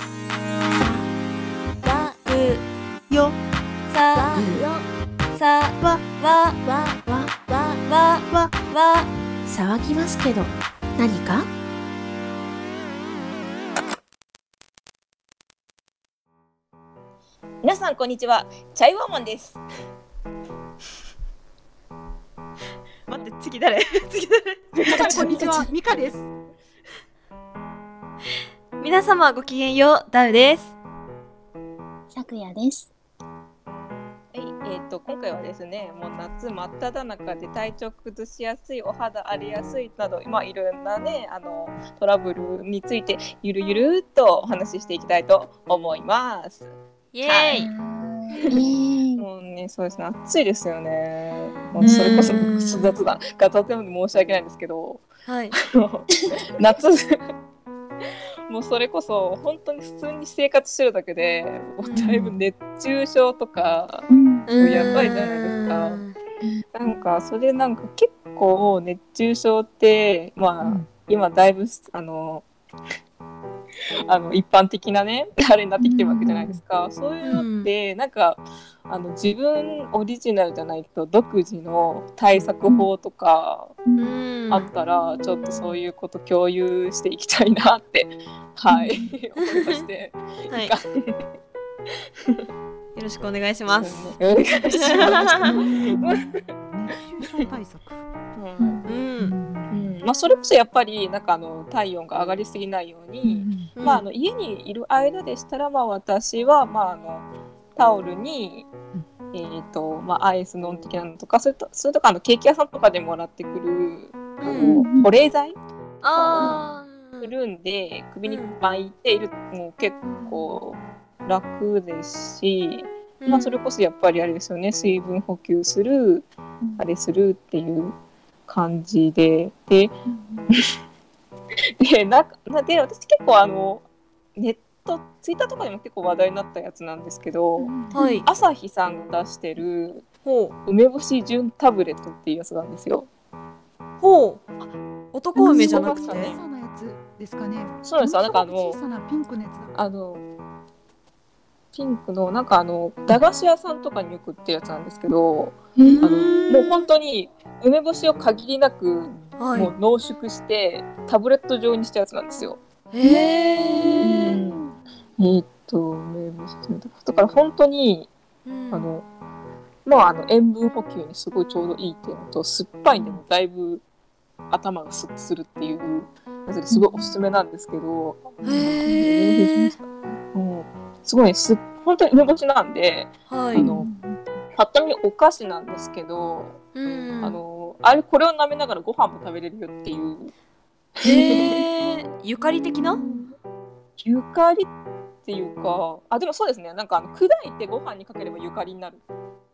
わうよさよさわわわ騒ぎますけど何か？ 皆さんこんにちは、チャイワーマンです。 待って、次誰皆さんこんにちは、ミカです。 皆様ごきげんよう、ダウです。 さくやです。 はい、今回はですね、もう夏真っ只中で体調崩しやすい、お肌荒れやすいなど、いろんなね、トラブルについてゆるゆるっとお話ししていきたいと思います。 イエーイ、 もうね、そうですね、暑いですよね。もうそれこそ雑談がとても申し訳ないんですけど、 はい、 夏もうそれこそ本当に普通に生活してるだけでもうだいぶ熱中症とか、やばいじゃないですか。なんかそれなんか結構熱中症って今だいぶ一般的なねあれになってきてるわけじゃないですか。そういうのってなんか自分オリジナルじゃないと独自の対策法とかあったらちょっとそういうこと共有していきたいなってはい思いまして、 はい、よろしくお願いします。 お願いします。 熱中症対策。 それこそやっぱりなんか体温が上がりすぎないように、家にいる間でしたら私はタオルにアイスノン的なのとかそれとかケーキ屋さんとかでもらってくる保冷剤くるんで首に巻いているもう結構楽ですし、それこそやっぱりあれですよね、水分補給するあれするっていう感じでで私結構ネットツイッターとかでも結構話題になったやつなんですけど、アサヒさんが出してる梅干し純タブレットっていうやつなんですよ。 男梅じゃなくて小さなやつですかね。 そうです。なんか小さなピンクのやつだ。 ピンクのなんか駄菓子屋さんとかによく売ってるやつなんですけど、もう本当に梅干しを限りなくもう濃縮してタブレット状にしたやつなんですよ。梅干しだから本当に塩分補給にすごいちょうどいいっていうのと、酸っぱいんでもだいぶ頭がスッとするっていうやつですごいおすすめなんですけど、すごい本当に梅干しなんで、ぱっと見お菓子なんですけど、これを舐めながらご飯も食べれるよっていう。 ゆかり的な？ ゆかりっていうか、でもそうですね。なんか砕いてご飯にかければゆかりになる。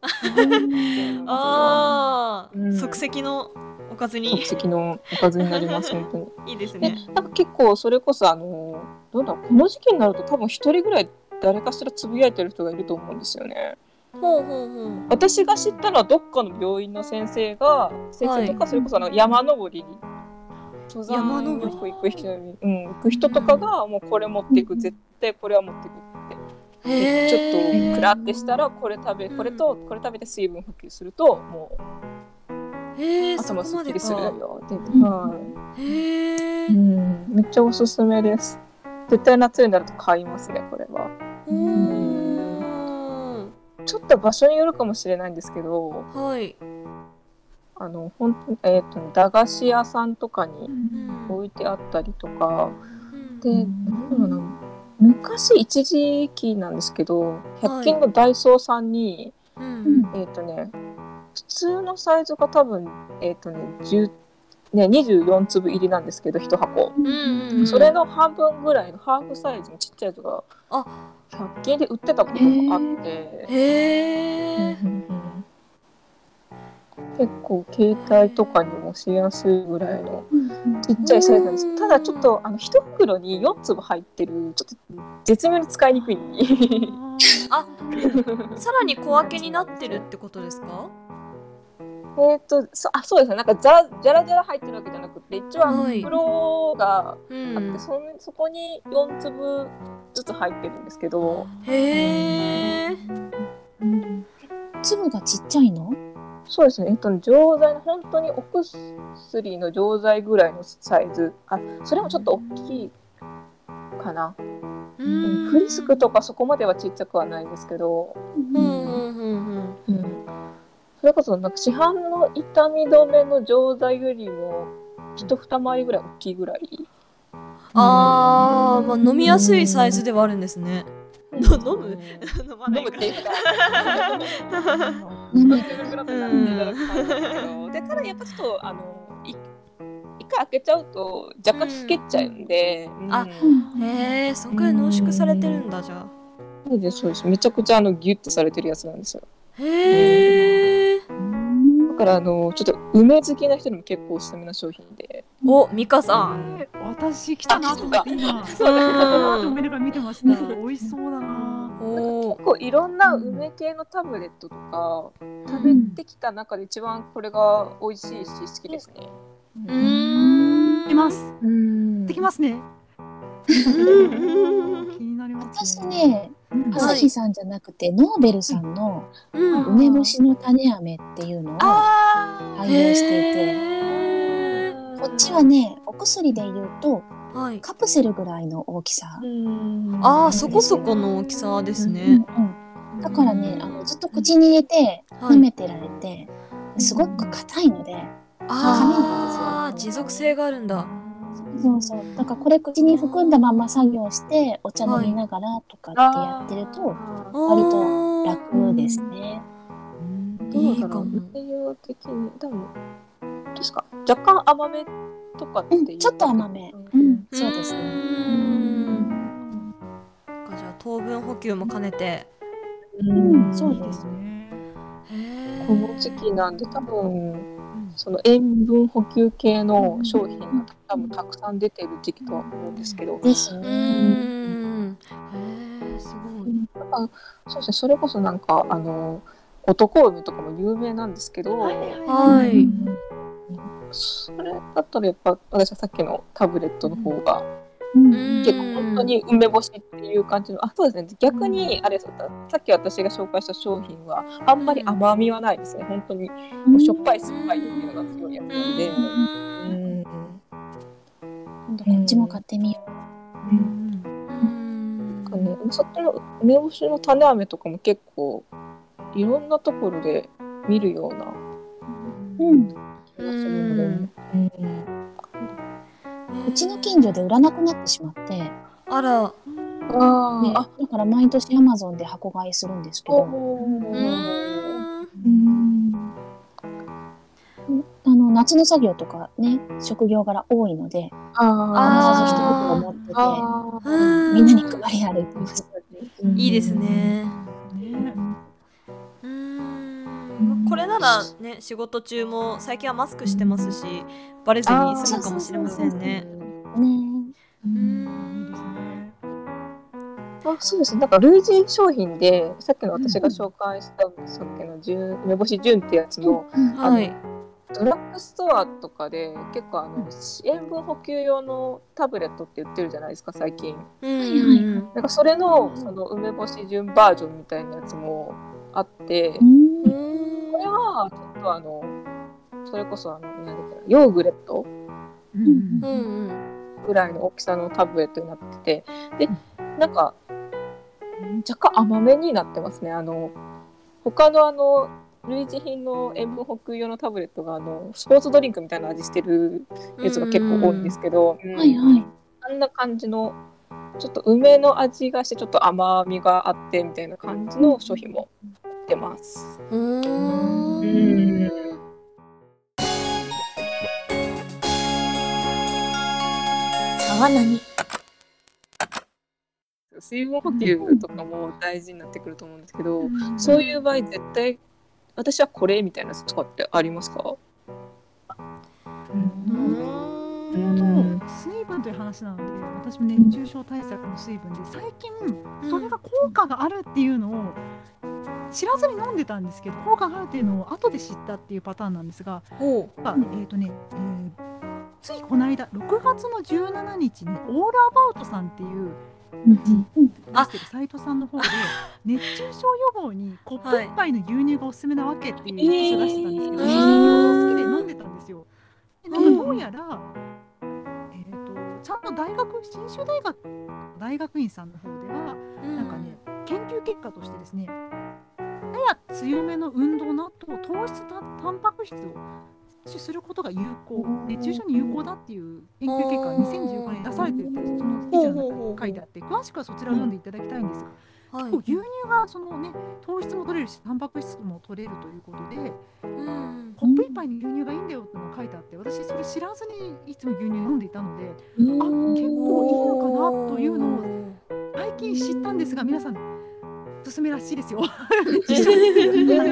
即席のおかずに。 即席のおかずになります本当に。 いいですね。 なんか結構それこそどうだろう、この時期になると多分一人ぐらい誰かしらつぶやいてる人がいると思うんですよね。私が知ったのはどっかの病院の先生とかそれこそ山登りに登山よく行く人とかがもうこれ持っていく、絶対これは持っていくってちょっとクラってしたらこれとこれ食べて水分補給するともう頭すっきりするよってめっちゃおすすめです。絶対夏になると買いますねこれは。ちょっと場所によるかもしれないんですけど、駄菓子屋さんとかに置いてあったりとか、で昔一時期なんですけど100均のダイソーさんに、普通のサイズが多分24粒入りなんですけど1箱、それの半分ぐらいのハーフサイズのちっちゃいやつが100均で売ってたことがあって、結構携帯とかにもしやすいぐらいのちっちゃいサイズなんです。ただちょっと1袋に4粒入ってるちょっと絶妙に使いにくいさらに小分けになってるってことですか？ そうですね。なんかじゃらじゃら入ってるわけじゃなくて、一応はい袋があって、 うんそこに4粒ずつ入ってるんですけど、 へえ粒がちっちゃいの？ そうですね。錠剤の本当にお薬の錠剤ぐらいのサイズ。それもちょっと大きいかな。フリスクとかそこまではちっちゃくはないんですけど、それこそなんか市販の痛み止めの錠剤よりも一回りぐらい大きいぐらい。 まあ飲みやすいサイズではあるんですね。飲む飲まないか飲むっていうか、 飲めぐるぐるってなっていただく感じですけど、だからやっぱちょっと一回開けちゃうと若干つけちゃうんで、 へえそんくらい濃縮されてるんだじゃあ。 そうですそうです。めちゃくちゃギュッとされてるやつなんですよ。 へえだからちょっと梅好きな人にも結構おすすめな商品で。 おミカさん私来たなと思って今そうだなと思いながら見てました。美味しそうだな。 お結構いろんな梅系のタブレットとか食べてきた中で一番これが美味しいし好きですね。 行きます。 うんできますね。気になります私ね、朝日さんじゃなくてノーベルさんのうん梅干しの種飴っていうのを愛用していて、こっちはね、お薬で言うとはいカプセルぐらいの大きさ。 そこそこの大きさですうんね。 うん、だからね、ずっと口に入れてはい舐めてられて、すごく硬いので、 持続性があるんだ。 そうそう。だからこれ口に含んだまま作業してお茶飲みながらとかってやってると割と楽ですね。 いいかも。 内容的に多分ですか。若干甘めとかっていう。 ちょっと甘め。そうですね。 じゃあ糖分補給も兼ねて。 そうですね。 この時期なんで多分その塩分補給系の商品が多分たくさん出てる時期とは思うんですけど。 ですね。 すごい。 そうですね。それこそなんか男梅とかも有名なんですけど、 はいそれだったらやっぱ私はさっきのタブレットの方が結構本当に梅干しっていう感じの。そうですね。逆にあれさっき私が紹介した商品はあんまり甘みはないですね。本当にしょっぱい酸っぱいっていうのが強いやつなんで。 今度こっちも買ってみよう。 そっちの梅干しの種飴とかも結構いろんなところで見るような気がするので、 うちの近所で売らなくなってしまって、 あら。 だから毎年アマゾンで箱買いするんですけど、夏の作業とかね、職業柄多いので、必ず一袋持ってて、みんなに配り歩いてます。 いいですね。これならね、仕事中も最近はマスクしてますし、バレずに済むかもしれませんね。 そうですね。なんか類似商品でさっきの私が紹介したさっきの梅干し純ってやつの、ドラッグストアとかで結構塩分補給用のタブレットって売ってるじゃないですか最近。なんかそれのその梅干し純バージョンみたいなやつもあって、これはちょっとそれこそなんだっけな、ヨーグレットぐらいの大きさのタブレットになってて、でなんか若干甘めになってますね。他の類似品の塩分補給用のタブレットがスポーツドリンクみたいな味してるやつが結構多いんですけど、あんな感じのちょっと梅の味がしてちょっと甘みがあってみたいな感じの商品も出ます。 沢何水分補給とかも大事になってくると思うんですけど、そういう場合絶対私はこれみたいなやつとかってありますか？ 水分という話なので、私も熱中症対策の水分で最近それが効果があるっていうのを知らずに飲んでたんですけど、効果があるっていうのを後で知ったっていうパターンなんですが、 ほついこの間6月の17日にオールアバウトさんっていう出してるサイトさんの方で熱中症予防にコップ1杯の牛乳がおすすめなわけっていう記事を出してたんですけど、牛乳が好きで飲んでたんですよ。でなんかどうやら、ちゃんと信州大学院さんの方ではなんかね、研究結果としてですね、やや強めの運動の後糖質タンパク質を摂取することが有効、熱中症に有効だっていう研究結果が2015年に出されてるってその記事の中に書いてあって、詳しくはそちらを読んでいただきたいんですが、結構牛乳がそのね、糖質も取れるしタンパク質も取れるということで、コップ一杯に牛乳がいいんだよっていうのが書いてあって、私それ知らずにいつも牛乳飲んでいたので、結構いいのかなというのを最近知ったんですが、皆さんおすすめらしいですよ。 それは知らなかったですね。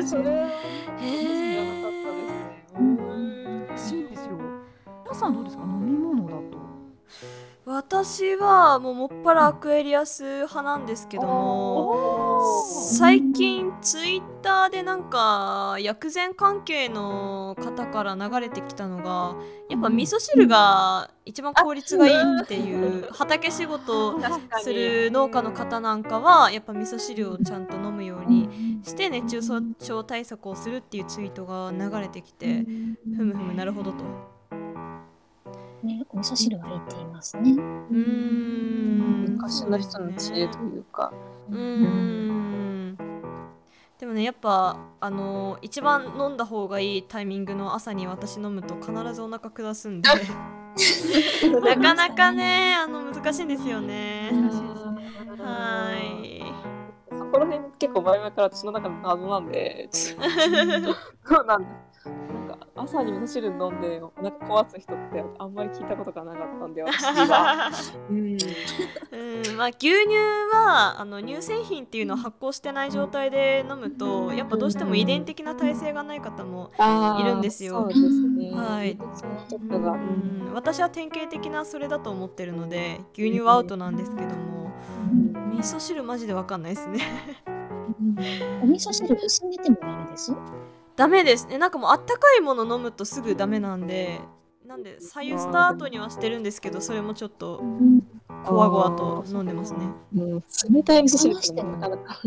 らしいんですよ。皆さんどうですか、飲み物だと。 私はもうもっぱらアクエリアス派なんですけども、最近ツイッターでなんか薬膳関係の方から流れてきたのが、やっぱ味噌汁が一番効率がいいっていう、畑仕事をする農家の方なんかはやっぱ味噌汁をちゃんと飲むようにして熱中症対策をするっていうツイートが流れてきて、ふむふむなるほどと。 ね、お味噌汁はいいって言いますね。 昔の人の知恵というか。 でもね、やっぱ一番飲んだ方がいいタイミングの朝に私飲むと必ずお腹下すんでなかなかね難しいんですよね。はい。 そこら辺結構前々から私の中の謎なんでそうなんです。なんか朝に味噌汁飲んでお腹壊す人ってあんまり聞いたことがなかったんで、私はまあ、牛乳は乳製品っていうのを発酵してない状態で飲むとやっぱどうしても遺伝的な耐性がない方もいるんですよ。 そうですね。 はい。 そのが私は典型的なそれだと思ってるので牛乳はアウトなんですけども、味噌汁マジでわかんないですねお味噌汁薄めてもダメです？ ダメですね。なんかもうあったかいもの飲むとすぐダメなんで左右スタートにはしてるんですけど、それもちょっとこわごわと飲んでますね。 冷たい味噌汁ってなかなか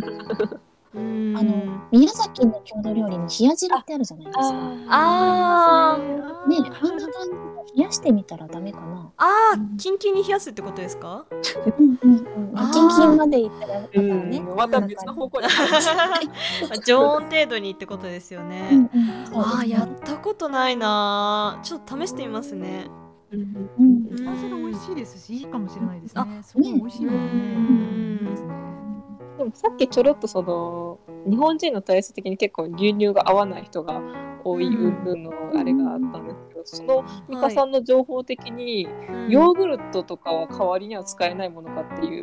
宮崎の郷土料理に冷や汁ってあるじゃないですか。ね、あんな感じで冷やしてみたらダメかな。 キンキンに冷やすってことですか？ キンキンまでいったらね、 また別の方向に常温程度にってことですよね。やったことないな。ちょっと試してみますね。 味が美味しいですし、いいかもしれないですね。すごい美味しいもんね。 でもさっきちょろっとその日本人の体質的に結構牛乳が合わない人が多い云々のあれがあったんですけど、そのミカさんの情報的にヨーグルトとかは代わりには使えないものかっていう。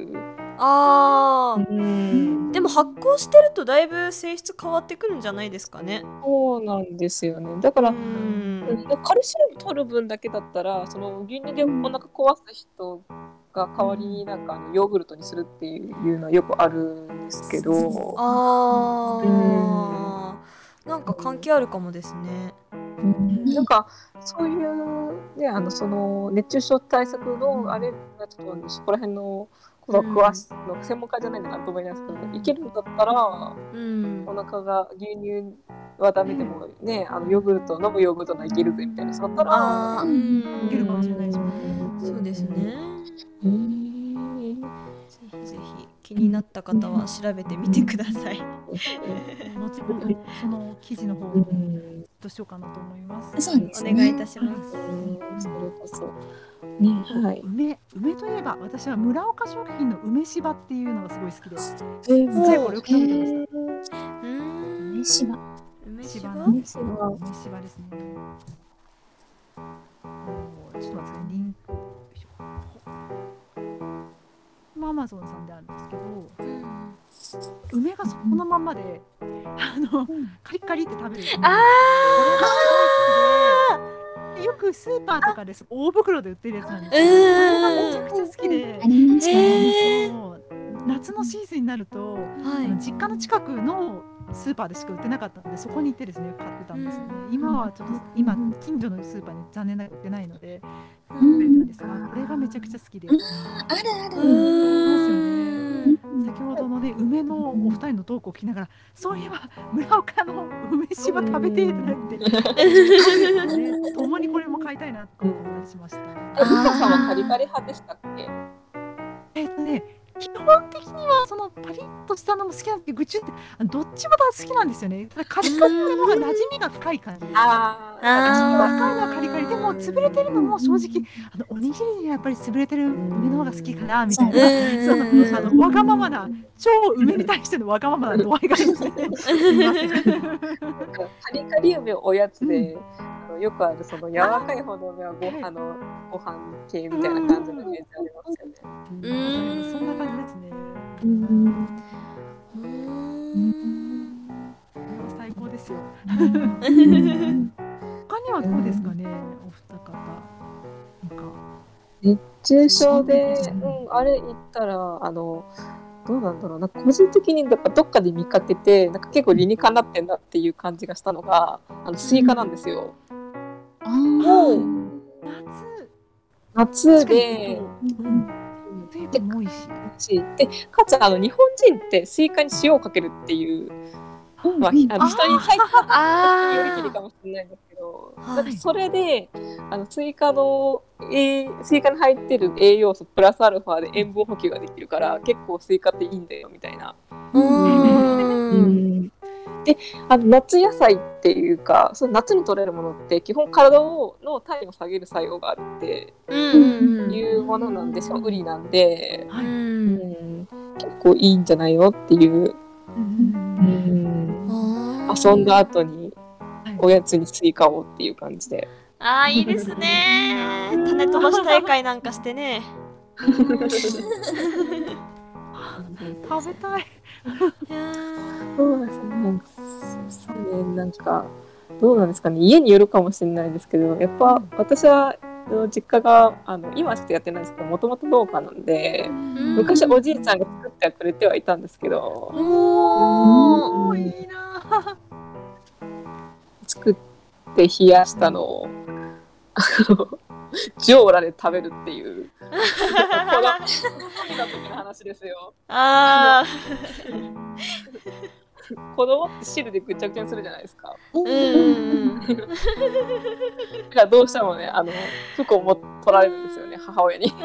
でも発酵してるとだいぶ性質変わってくるんじゃないですかね。 そうなんですよね。だからカルシウム取る分だけだったら、その牛乳でお腹壊す人が代わりになんかヨーグルトにするっていうのはよくあるんですけど、 なんか関係あるかもですね。 なんかそういうね、その熱中症対策のあれがちょっとそこら辺のこと詳しいの専門家じゃないんだなと思いますけど、いけるんだったら、お腹が牛乳はダメでもね、ヨーグルト飲むヨーグルトはいけるぜみたいな、そうだったらいけるかもしれないですよね。 そうですね。ぜひぜひ気になった方は調べてみてください。 後ほどその記事の方にどうしようかなと思います。 そうですね。 お願いいたします。 それこそ。 梅といえば私は村岡食品の梅しばっていうのがすごい好きです。ちっちゃい頃よく食べてました。 梅しば。 梅しばですね。ちょっと待ってください、リンク。アマゾンさんであるんですけど、梅がそのまんまでカリカリって食べる。よくスーパーとかです大袋で売ってるやつなんですけど、これがめちゃくちゃ好きで、夏のシーズンになると、実家の近くのスーパーでしか売ってなかったので、そこに行ってですね買ってたんですよね。今はちょっと近所のスーパーに残念ながら売ってないので売ってるんですが、これがめちゃくちゃ好きで、 あるある。 そうですよね。先ほどのね梅のお二人のトークを聞きながら、そういえば村岡の梅酒は食べていただいて、ね、共にこれも買いたいなとか思ったりしました。 リカさんはカリカリ派でしたっけ？ 基本的にはそのパリッとしたのも好きなんですけど、ぐちゅってどっちも好きなんですよね。ただカリカリの方が馴染みが深い感じです。 あ若いのはカリカリでも潰れてるのも正直おにぎりにはやっぱり潰れてる梅の方が好きかなみたいな、そのわがままな超梅に対してのわがままな度合いがあるのですみません。 カリカリ梅おやつで、よくあるその柔らかい方の梅はご飯系みたいな感じのイメージありますよね。 そんな感じですね。最高ですよ。他にはどうですかね、お二方。なんか熱中症で、あれ言ったらどうなんだろうな、個人的にどっかで見かけてなんか結構理にかなってんだっていう感じがしたのがスイカなんですよ。夏で、 水分も多いし、 でかつ日本人ってスイカに塩をかけるっていう、人に入ったよりきりかもしれないんですけど、なんかそれでスイカに入ってる栄養素プラスアルファで塩分補給ができるから結構スイカっていいんだよみたいな。で夏野菜っていうか、その夏に取れるものって基本体の体温を下げる作用があるっていうものなんで、しかもウリなんで、結構いいんじゃないのっていう、遊んだ後におやつにスイカをっていう感じで。 いいですね。種飛ばし大会なんかしてね。 食べたい。 そうですね。なんかどうなんですかね。家によるかもしれないですけど、やっぱ私は実家が今はちょっとやってないんですけど、もともと農家なんで、昔おじいちゃんが作ってくれてはいたんですけど、 いいな。 作って冷やしたのをジョーラで食べるっていう子供の時の話ですよ。子供って汁でぐちゃぐちゃにするじゃないですか。だからどうしてもね服を取られるんですよね、母親に。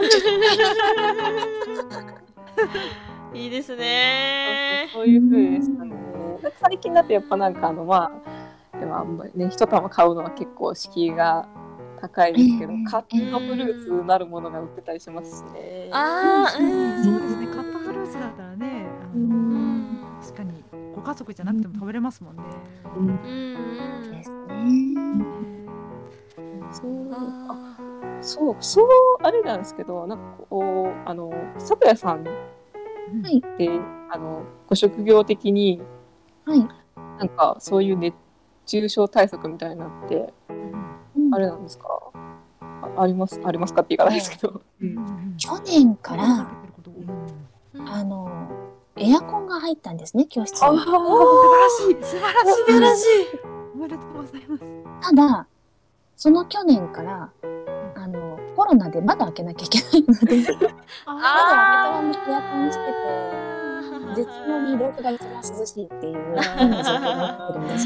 いいですね。 そういう風でしたね。最近だとやっぱなんかでもあんまりね、一玉買うのは結構敷居が高いですけど、カットフルーツなるものが売ってたりしますしね。 そうですね。カットフルーツだったらね、確かにご家族じゃなくても食べれますもんね。 ですね。 そうあれなんですけど、なんかこうさくやさんってご職業的になんかそういう熱中症対策みたいなってあれなんですか？ありますかって言い方ですけど。 去年からエアコンが入ったんですね、教室に。 素晴らしい。おめでとうございます。 ただその去年からコロナで窓開けなきゃいけないので、窓開けたままエアコンしてて、絶妙に廊下が一番涼しいっていう状況になってるんです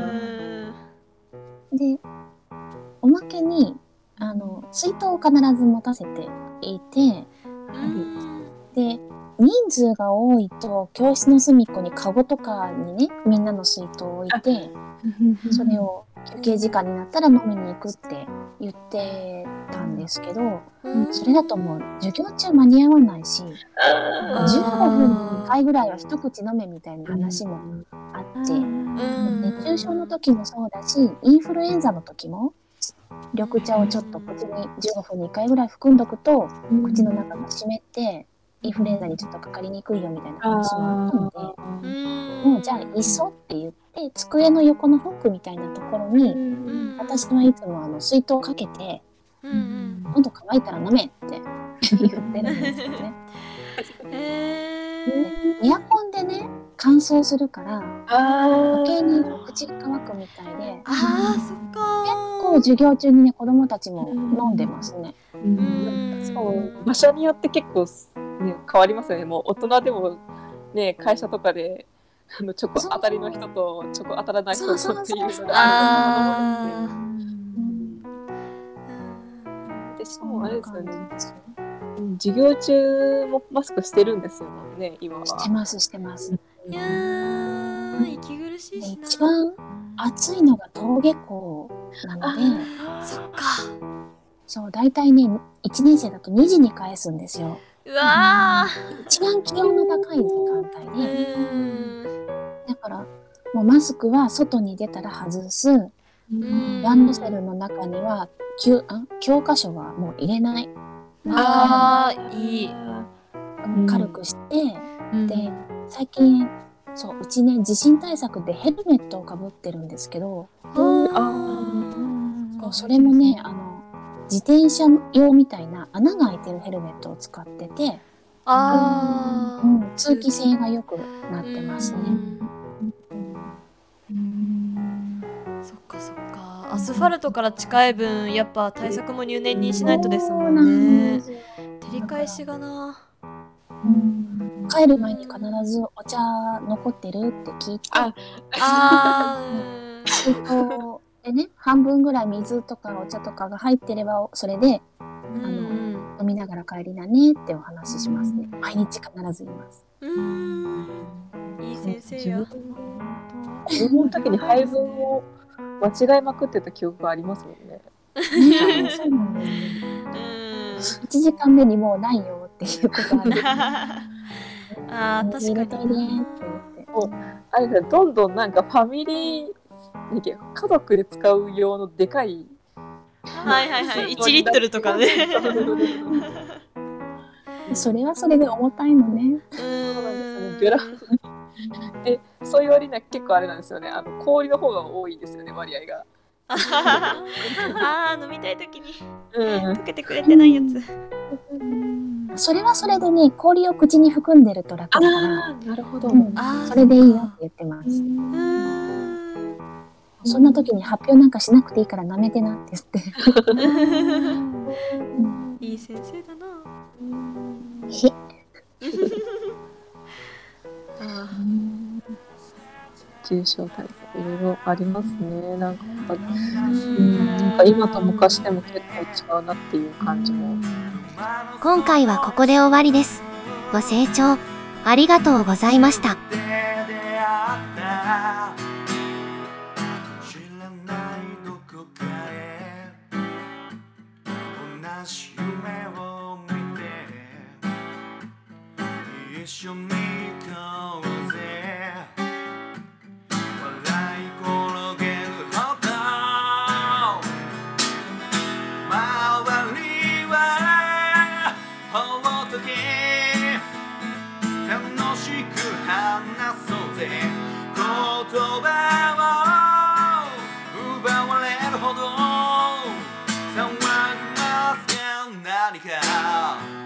けど、でおまけに水筒を必ず持たせていて、で人数が多いと教室の隅っこにカゴとかにね、みんなの水筒を置いて、それを休憩時間になったら飲みに行くって言ってたんですけど、それだともう授業中間に合わないし、15分に2回ぐらいは一口飲めみたいな話もあって、熱中症の時もそうだし、インフルエンザの時も緑茶をちょっと口に15分に1回ぐらい含んどくと、口の中が湿ってインフルエンザにちょっとかかりにくいよみたいな話もあったので、もうじゃあいっそって言って机の横のフックみたいなところに、私はいつも水筒をかけて、喉乾いたら飲めって言ってるんですよね。 エアコンでね乾燥するから余計に口が乾くみたいで、 あーそっかこう授業中にね子供たちも飲んでますね。 そう場所によって結構、ね、変わりますよね。もう大人でも、ね、会社とかでチョコ当たりの人とチョコ当たらない人とっていうのがあるで、しかもあれですよね。授業中もマスクしてるんですよね、今は。 してますしてます。 いやー息苦しいしな。 一番暑いのが登下校なので、 そっか。 そう大体ね1年生だと2時に返すんですよ。 うわ一番気温の高い時間帯ー。 で、だからもうマスクは外に出たら外す。ランドセルの中には教科書はもう入れない。 あーいい。 軽くして、で最近うちね地震対策でヘルメットをかぶってるんですけど、それもね自転車用みたいな穴が開いてるヘルメットを使ってて、通気性が良くなってますね。 そっかそっか。アスファルトから近い分やっぱ対策も入念にしないとですもんね。照り返しがな。 帰る前に必ずお茶残ってるって聞いて、水筒でね半分ぐらい水とかお茶とかが入ってればそれで飲みながら帰りなねってお話ししますね。毎日必ず言います。 いい先生や。 子供の時に配分を間違いまくってた記憶がありますもんね。 そうなんですね。1時間目にもうないよっていうことある。 あー確かに。 入れといでって言って。 もうあれですね、どんどんなんかファミリー家族で使う用のでかいはいはいはい1リットルとかね。 それはそれで重たいのね。 でそういう割には結構あれなんですよね。氷の方が多いんですよね、割合が。 飲みたい時に溶けてくれてないやつ。 それはそれでね氷を口に含んでると楽だから。 なるほど。 それでいいよって言ってます。そんな時に発表なんかしなくていいから舐めてなって言って。 いい先生だな。 重症対策いろいろありますね。なんか今と昔でも結構違うなっていう感じも。 今回はここで終わりです。ご清聴ありがとうございました。 一緒に行こうぜ笑い転げるほど周りはほっとけ楽しく話そうぜ言葉を奪われるほど騒ぎますか何か